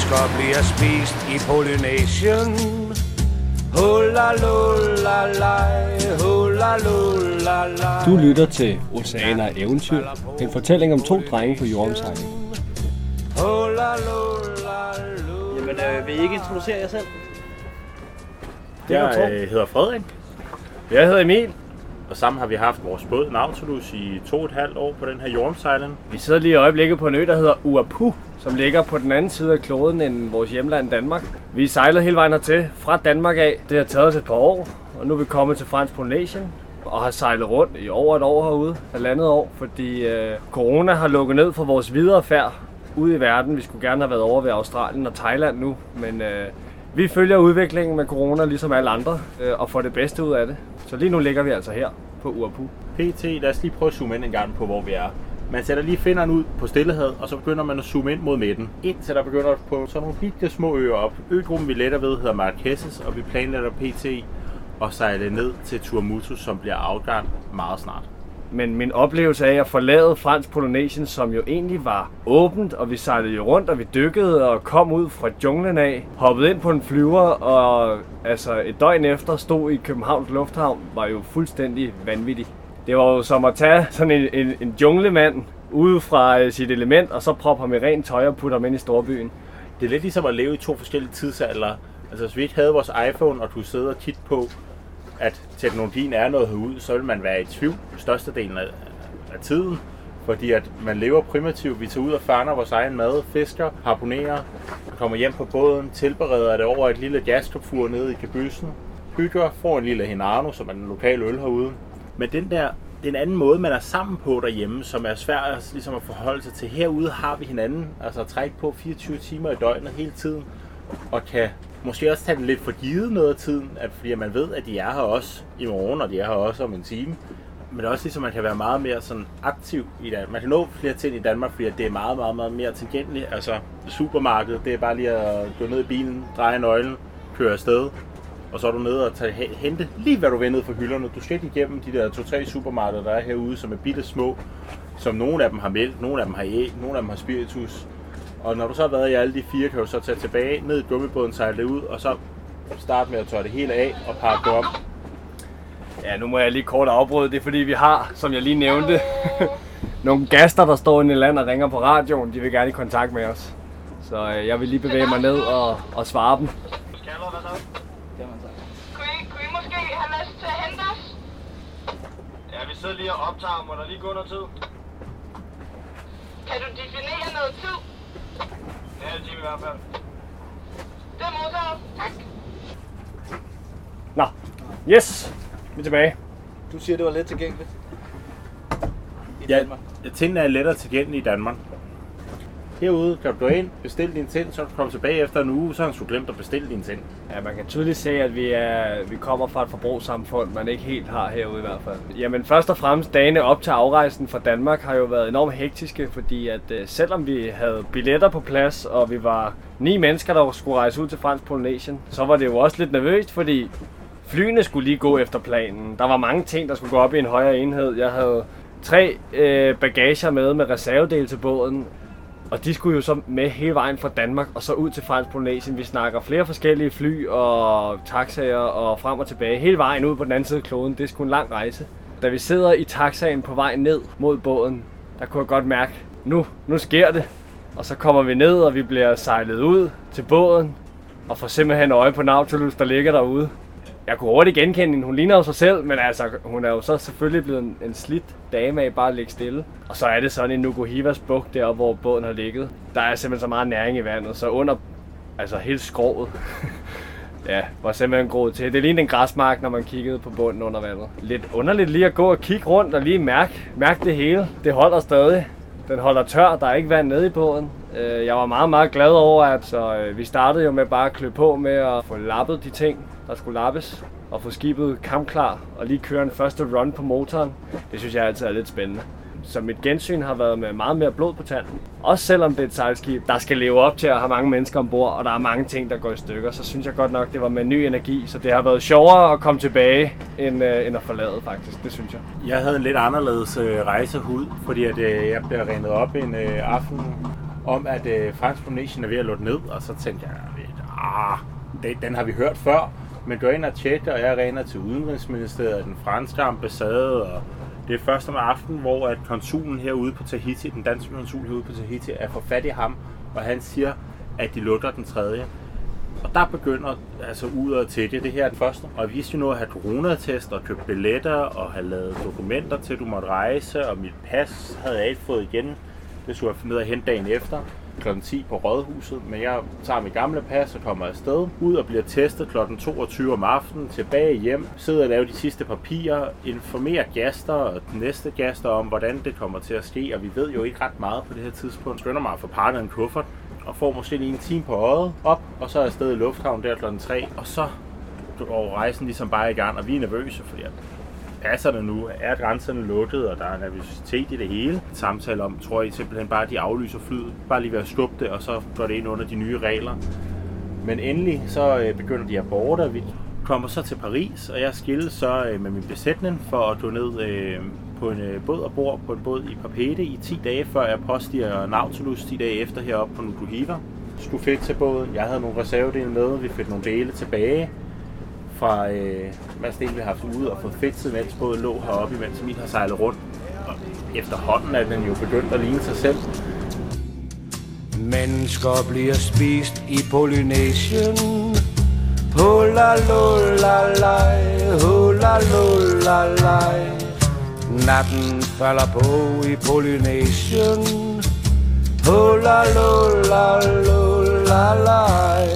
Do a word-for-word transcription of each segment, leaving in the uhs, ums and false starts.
Fisker bliver spist i Polynesian. Hula lula lej, hula lula lej. Du lytter til Oceaner af Eventyr, en fortælling om to drenge på jordomsejling. Jamen, øh, vil I ikke introducere jer selv? Jeg øh, hedder Frederik. Jeg hedder Emil. Og sammen har vi haft vores båd Nautilus i to og et halvt år på den her jordomsejling. Vi sidder lige i øjeblikket på en ø, der hedder Uapu, som ligger på den anden side af kloden end vores hjemland Danmark. Vi sejlede hele vejen hertil fra Danmark af. Det har taget os et par år, og nu er vi kommet til Fransk Polynesien og har sejlet rundt i over et år herude, halvandet år, fordi øh, corona har lukket ned for vores videre færd ude i verden. Vi skulle gerne have været over ved Australien og Thailand nu, men øh, vi følger udviklingen med corona ligesom alle andre øh, og får det bedste ud af det. Så lige nu ligger vi altså her på Uapu. P T, lad os lige prøve at zoome ind en gang på, hvor vi er. Man sætter lige fingeren ud på Stillehavet, og så begynder man at zoome ind mod midten. Indtil der begynder på sådan nogle bitte små øer op. Øgruppen vi letter ved hedder Marquesas, og vi planlægger P T at sejle ned til Tuamotu, som bliver afgang meget snart. Men min oplevelse af at forlade Fransk Polynesien, som jo egentlig var åbent, og vi sejlede jo rundt, og vi dykkede og kom ud fra junglen af, hoppede ind på en flyver, og altså et døgn efter stod i Københavns Lufthavn, var jo fuldstændig vanvittigt. Det var jo som at tage sådan en, en, en junglemand ude fra sit element, og så proppe ham i rent tøj og putte ham ind i storbyen. Det er lidt ligesom at leve i to forskellige tidsaldre. Altså hvis vi ikke havde vores iPhone, og du sidder og kigger på, at teknologien er noget herude, så vil man være i tvivl størstedelen af, af tiden. Fordi at man lever primitivt. Vi tager ud og fanger vores egen mad, fisker, harponerer, kommer hjem på båden, tilbereder det over et lille jazzklubfur nede i kabysen, hygger, får en lille Hinano, som er en lokal øl herude. Men den der, det er en anden måde, man er sammen på derhjemme, som er svært ligesom at forholde sig til. Herude har vi hinanden, altså at trække på fireogtyve timer i døgnet hele tiden, og kan måske også tage det lidt for givet noget af tiden, at fordi man ved, at de er her også i morgen, og de er her også om en time. Men det er også ligesom, man kan være meget mere sådan aktiv i Danmark. Man kan nå flere ting i Danmark, fordi det er meget, meget, meget mere tilgængeligt. Altså supermarkedet, det er bare lige at gå ned i bilen, dreje nøglen, køre afsted, og så er du nede og tage, hente lige hvad du vil ned fra hylderne. Du skal ikke igennem de der to-tre supermarkeder, der er herude, som er bitte små, som nogle af dem har mælk, nogle af dem har æg, nogle af dem har spiritus. Og når du så har været i alle de fire, kan du så tage tilbage ned i gummibåden, sejle det ud, og så starte med at tørre det hele af og pakke det op. Ja, nu må jeg lige kort afbryde. Det er fordi vi har, som jeg lige nævnte, nogle gaster, der står inde i land og ringer på radioen. De vil gerne i kontakt med os. Så øh, jeg vil lige bevæge mig ned og, og svare dem. Kunne I måske have lyst til at hente os? Ja, vi sidder lige og optager. Må der lige gå noget tid? Kan du definere noget tid? Ja, det er i hvert fald. Det er modtaget. Tak. Nå, yes. Vi er tilbage. Du siger, det var let tilgængeligt i Ja, Danmark. tingene er lettere tilgængelige i Danmark. Herude kan du gå ind, bestille dine ting, så kan du komme tilbage efter en uge, så har du glemt at bestille dine ting. Ja, man kan tydeligt se, at vi, er, vi kommer fra et forbrugssamfund, man ikke helt har herude i hvert fald. Jamen først og fremmest, dagene op til afrejsen fra Danmark har jo været enormt hektiske, fordi at øh, selvom vi havde billetter på plads, og vi var ni mennesker, der skulle rejse ud til Fransk Polynesien, så var det jo også lidt nervøst, fordi flyene skulle lige gå efter planen. Der var mange ting, der skulle gå op i en højere enhed. Jeg havde tre øh, bagager med med reservedele til båden. Og de skulle jo så med hele vejen fra Danmark og så ud til Fransk Polynesien. Vi snakker flere forskellige fly og taxaer og frem og tilbage. Hele vejen ud på den anden side af kloden. Det er sgu en lang rejse. Da vi sidder i taxaen på vej ned mod båden, der kunne jeg godt mærke, nu, nu sker det. Og så kommer vi ned, og vi bliver sejlet ud til båden og får simpelthen øje på Nautilus, der ligger derude. Jeg kunne hurtigt genkende hende. Hun ligner jo sig selv, men altså, hun er jo så selvfølgelig blevet en, en slidt dame af bare at ligge stille. Og så er det sådan en Nukuhivas bugt deroppe, hvor båden har ligget. Der er simpelthen så meget næring i vandet, så under, altså helt skroget, ja, var simpelthen groet til. Det lignede en græsmark, når man kiggede på bunden under vandet. Lidt underligt lige at gå og kigge rundt og lige mærke, mærke det hele. Det holder stadig. Den holder tør, der er ikke vand nede i båden. Jeg var meget, meget glad over, at så, vi startede jo med bare at klø på med at få lappet de ting, der skulle lappes, og få skibet kampklar og lige køre en første run på motoren. Det synes jeg altid er lidt spændende. Så mit gensyn har været med meget mere blod på tanden. Også selvom det er et sejlskib, der skal leve op til at have mange mennesker ombord, og der er mange ting, der går i stykker, så synes jeg godt nok, det var med ny energi. Så det har været sjovere at komme tilbage, end, øh, end at forlade faktisk. Det synes jeg. Jeg havde en lidt anderledes øh, rejse ud, fordi at, øh, jeg blev rendet op en øh, aften om at øh, Fransk Polynesien er ved at lukke ned, og så tænkte jeg, ah, den, den har vi hørt før, men går ind og tjekker, og jeg ringer til Udenrigsministeriet, den franske ambassade, og det er først om aftenen, hvor at konsulen herude på Tahiti, den danske konsul herude på Tahiti, er for fat i ham, og han siger, at de lukker den tredje. Og der begynder altså ud og til det, det her er den første. Og vi skulle nu at have coronatest og købe billetter og have lavet dokumenter til, du måtte rejse, og mit pas havde jeg ikke fået igen. Det skulle jeg ned og hente dagen efter, klokken ti på Rådhuset. Men jeg tager mit gamle pas og kommer afsted, ud og bliver testet klokken toogtyve om aftenen, tilbage hjem, sidder og laver de sidste papirer, informerer gæster og de næste gæster om, hvordan det kommer til at ske. Og vi ved jo ikke ret meget på det her tidspunkt. Skynder mig at få pakket en kuffert, og får måske lige en time på øjet op, og så er jeg afsted i lufthavn der klokken tre, og så går rejsen ligesom bare i gang, og vi er nervøse, fordi at passer det nu, er grænserne lukket, og der er nervøsitet i det hele. Samtale om, tror jeg simpelthen bare, at de aflyser flyet, bare lige ved at skubbe det, og så går det ind under de nye regler. Men endelig så begynder de at borte, vi kommer så til Paris, og jeg skilles så med min besætning for at gå ned på en båd og bor på en båd i Papeete i ti dage, før jeg påstiger Nautilus ti dage efter heroppe på Nukuhiva. Skulle fedt til båden. Jeg havde nogle reservedele med. Vi fik nogle dele tilbage fra øh, masse dele, vi har haft ude og fået fedt, mens båden lå heroppe, imens min har sejlet rundt. Og efterhånden er den jo begyndt at ligne sig selv. Mennesker bliver spist i Polynesien. Hula lula lej, hula lula lej. Natten falder på i Polynesien. Hula lula lula lej.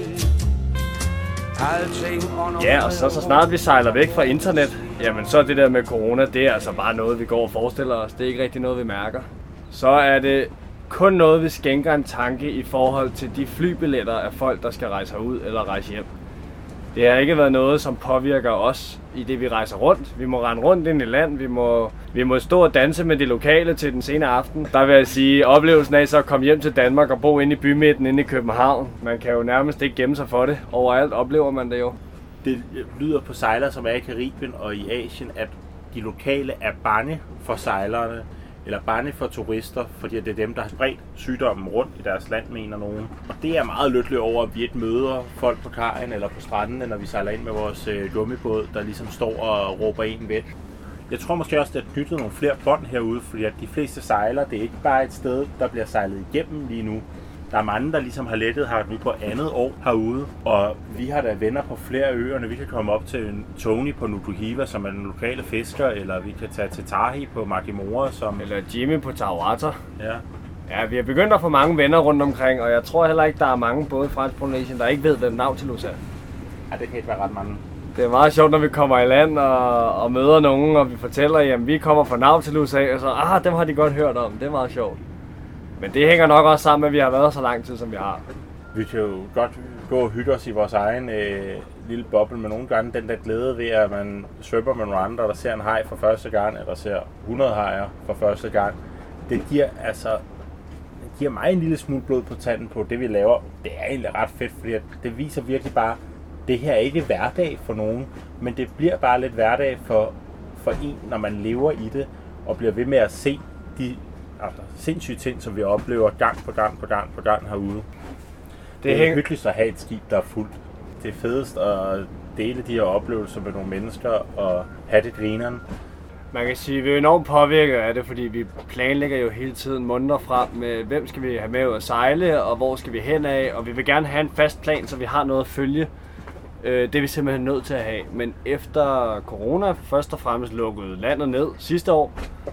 Ja, og så, så snart vi sejler væk fra internet, jamen så er det der med corona, det er altså bare noget, vi går og forestiller os. Det er ikke rigtig noget, vi mærker. Så er det kun noget, vi skænker en tanke i forhold til de flybilletter af folk, der skal rejse herud eller rejse hjem. Det har ikke været noget, som påvirker os i det, vi rejser rundt. Vi må rende rundt ind i land, vi må, vi må stå og danse med de lokale til den sene aften. Der vil jeg sige, oplevelsen af så at komme hjem til Danmark og bo inde i bymidten inde i København. Man kan jo nærmest ikke gemme sig for det. Overalt oplever man det jo. Det lyder på sejlere, som er i Karibien og i Asien, at de lokale er bange for sejlerne, eller bange for turister, fordi det er dem, der har spredt sygdommen rundt i deres land, mener nogen. Og det er meget lykkelig over, at vi ikke møder folk på kajen eller på stranden, når vi sejler ind med vores øh, gummibåd, der ligesom står og råber en væk. Jeg tror måske også, at det er knyttet nogle flere bånd herude, fordi at de fleste sejler, det er ikke bare et sted, der bliver sejlet igennem lige nu. Der er mange, der ligesom har lettet her nu på andet år herude, og vi har da venner på flere øerne. Vi kan komme op til Tony på Nukuhiva, som er den lokale fisker, eller vi kan tage til Tahi på Makimora, som... Eller Jimmy på Tawata. Ja. Ja, vi har begyndt at få mange venner rundt omkring, og jeg tror heller ikke, der er mange både i Fransk Polynesien, der ikke ved, hvem Nautilus er. Ja, det kan ikke være ret mange. Det er meget sjovt, når vi kommer i land og, og møder nogen, og vi fortæller, at vi kommer fra Nautilus af, og så, ah, dem har de godt hørt om. Det er meget sjovt. Men det hænger nok også sammen med, at vi har været så lang tid, som vi har. Vi kan jo godt gå og hygge os i vores egen øh, lille boble, men nogle gange den der glæde ved, at man svømmer med nogle andre, der ser en haj for første gang, eller ser hundrede hajer for første gang, det giver altså det giver mig en lille smule blod på tanden på det, vi laver. Det er egentlig ret fedt, fordi det viser virkelig bare, det her er ikke hverdag for nogen, men det bliver bare lidt hverdag for, for en, når man lever i det, og bliver ved med at se de altså, sindssyge ting, som vi oplever gang på gang på gang på gang herude. Det, det er hæng... hyggeligt at have et skib, der er fuldt. Det er fedest at dele de her oplevelser med nogle mennesker og have det grineren. Man kan sige, at vi er enormt påvirket af det, fordi vi planlægger jo hele tiden måneder frem med, hvem skal vi have med ud at sejle, og hvor skal vi hen af, og vi vil gerne have en fast plan, så vi har noget at følge. Det er vi simpelthen nødt til at have. Men efter corona først og fremmest lukkede landet ned sidste år,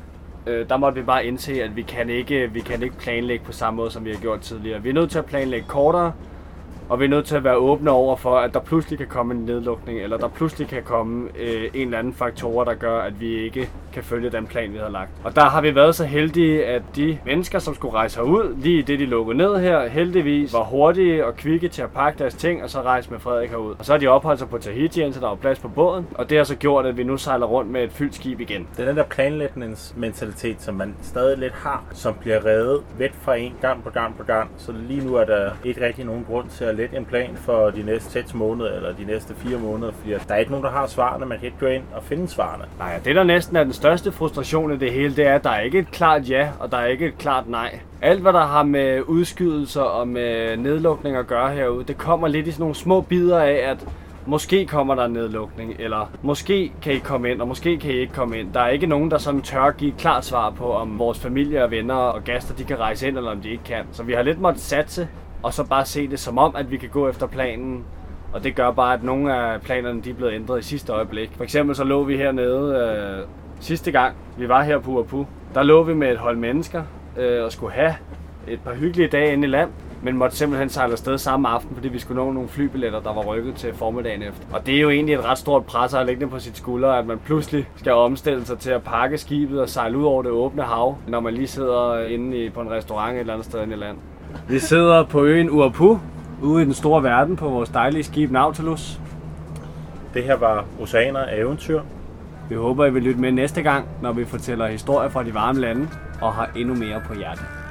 der måtte vi bare indse, at vi kan ikke, vi kan ikke planlægge på samme måde, som vi har gjort tidligere. Vi er nødt til at planlægge kortere, og vi er nødt til at være åbne over for, at der pludselig kan komme en nedlukning, eller der pludselig kan komme øh, en eller anden faktor, der gør, at vi ikke kan følge den plan, vi har lagt. Og der har vi været så heldige, at de mennesker, som skulle rejse herud, lige det de lukkede ned her, heldigvis var hurtige og kvikke til at pakke deres ting, og så rejse med Frederik herud. Og så har de opholdt sig på Tahiti, så der var plads på båden, og det har så gjort, at vi nu sejler rundt med et fyldt skib igen. Det er den der planlægningsmentalitet, som man stadig lidt har, som bliver revet væk fra en gang på gang på gang, så lige nu er der ikke rigtig nogen grund til at være lidt en plan for de næste seks måneder, eller de næste fire måneder, fordi der er ikke nogen, der har svarene. Man kan ikke gå ind og finde svarene. Nej, det der næsten er den største frustration i det hele, det er, at der er ikke et klart ja, og der er ikke et klart nej. Alt, hvad der har med udskydelser og med nedlukning at gøre herude, det kommer lidt i sådan nogle små bidder af, at måske kommer der en nedlukning, eller måske kan I komme ind, og måske kan I ikke komme ind. Der er ikke nogen, der sådan tør give et klart svar på, om vores familie og venner og gæster, de kan rejse ind, eller om de ikke kan. Så vi har lidt måttet satse, og så bare se det som om, at vi kan gå efter planen. Og det gør bare, at nogle af planerne de er blevet ændret i sidste øjeblik. For eksempel så lå vi hernede øh, sidste gang, vi var her på Uapu. Der lå vi med et hold mennesker øh, og skulle have et par hyggelige dage inde i land. Men måtte simpelthen sejle afsted samme aften, fordi vi skulle nå nogle flybilletter, der var rykket til formiddagen efter. Og det er jo egentlig et ret stort pres at lægge på sit skulder, at man pludselig skal omstille sig til at pakke skibet og sejle ud over det åbne hav, når man lige sidder inde på en restaurant et eller andet sted inde i land. Vi sidder på øen Uapu, ude i den store verden på vores dejlige skib Nautilus. Det her var Oceaner af Eventyr. Vi håber, I vil lytte med næste gang, når vi fortæller historier fra de varme lande og har endnu mere på hjertet.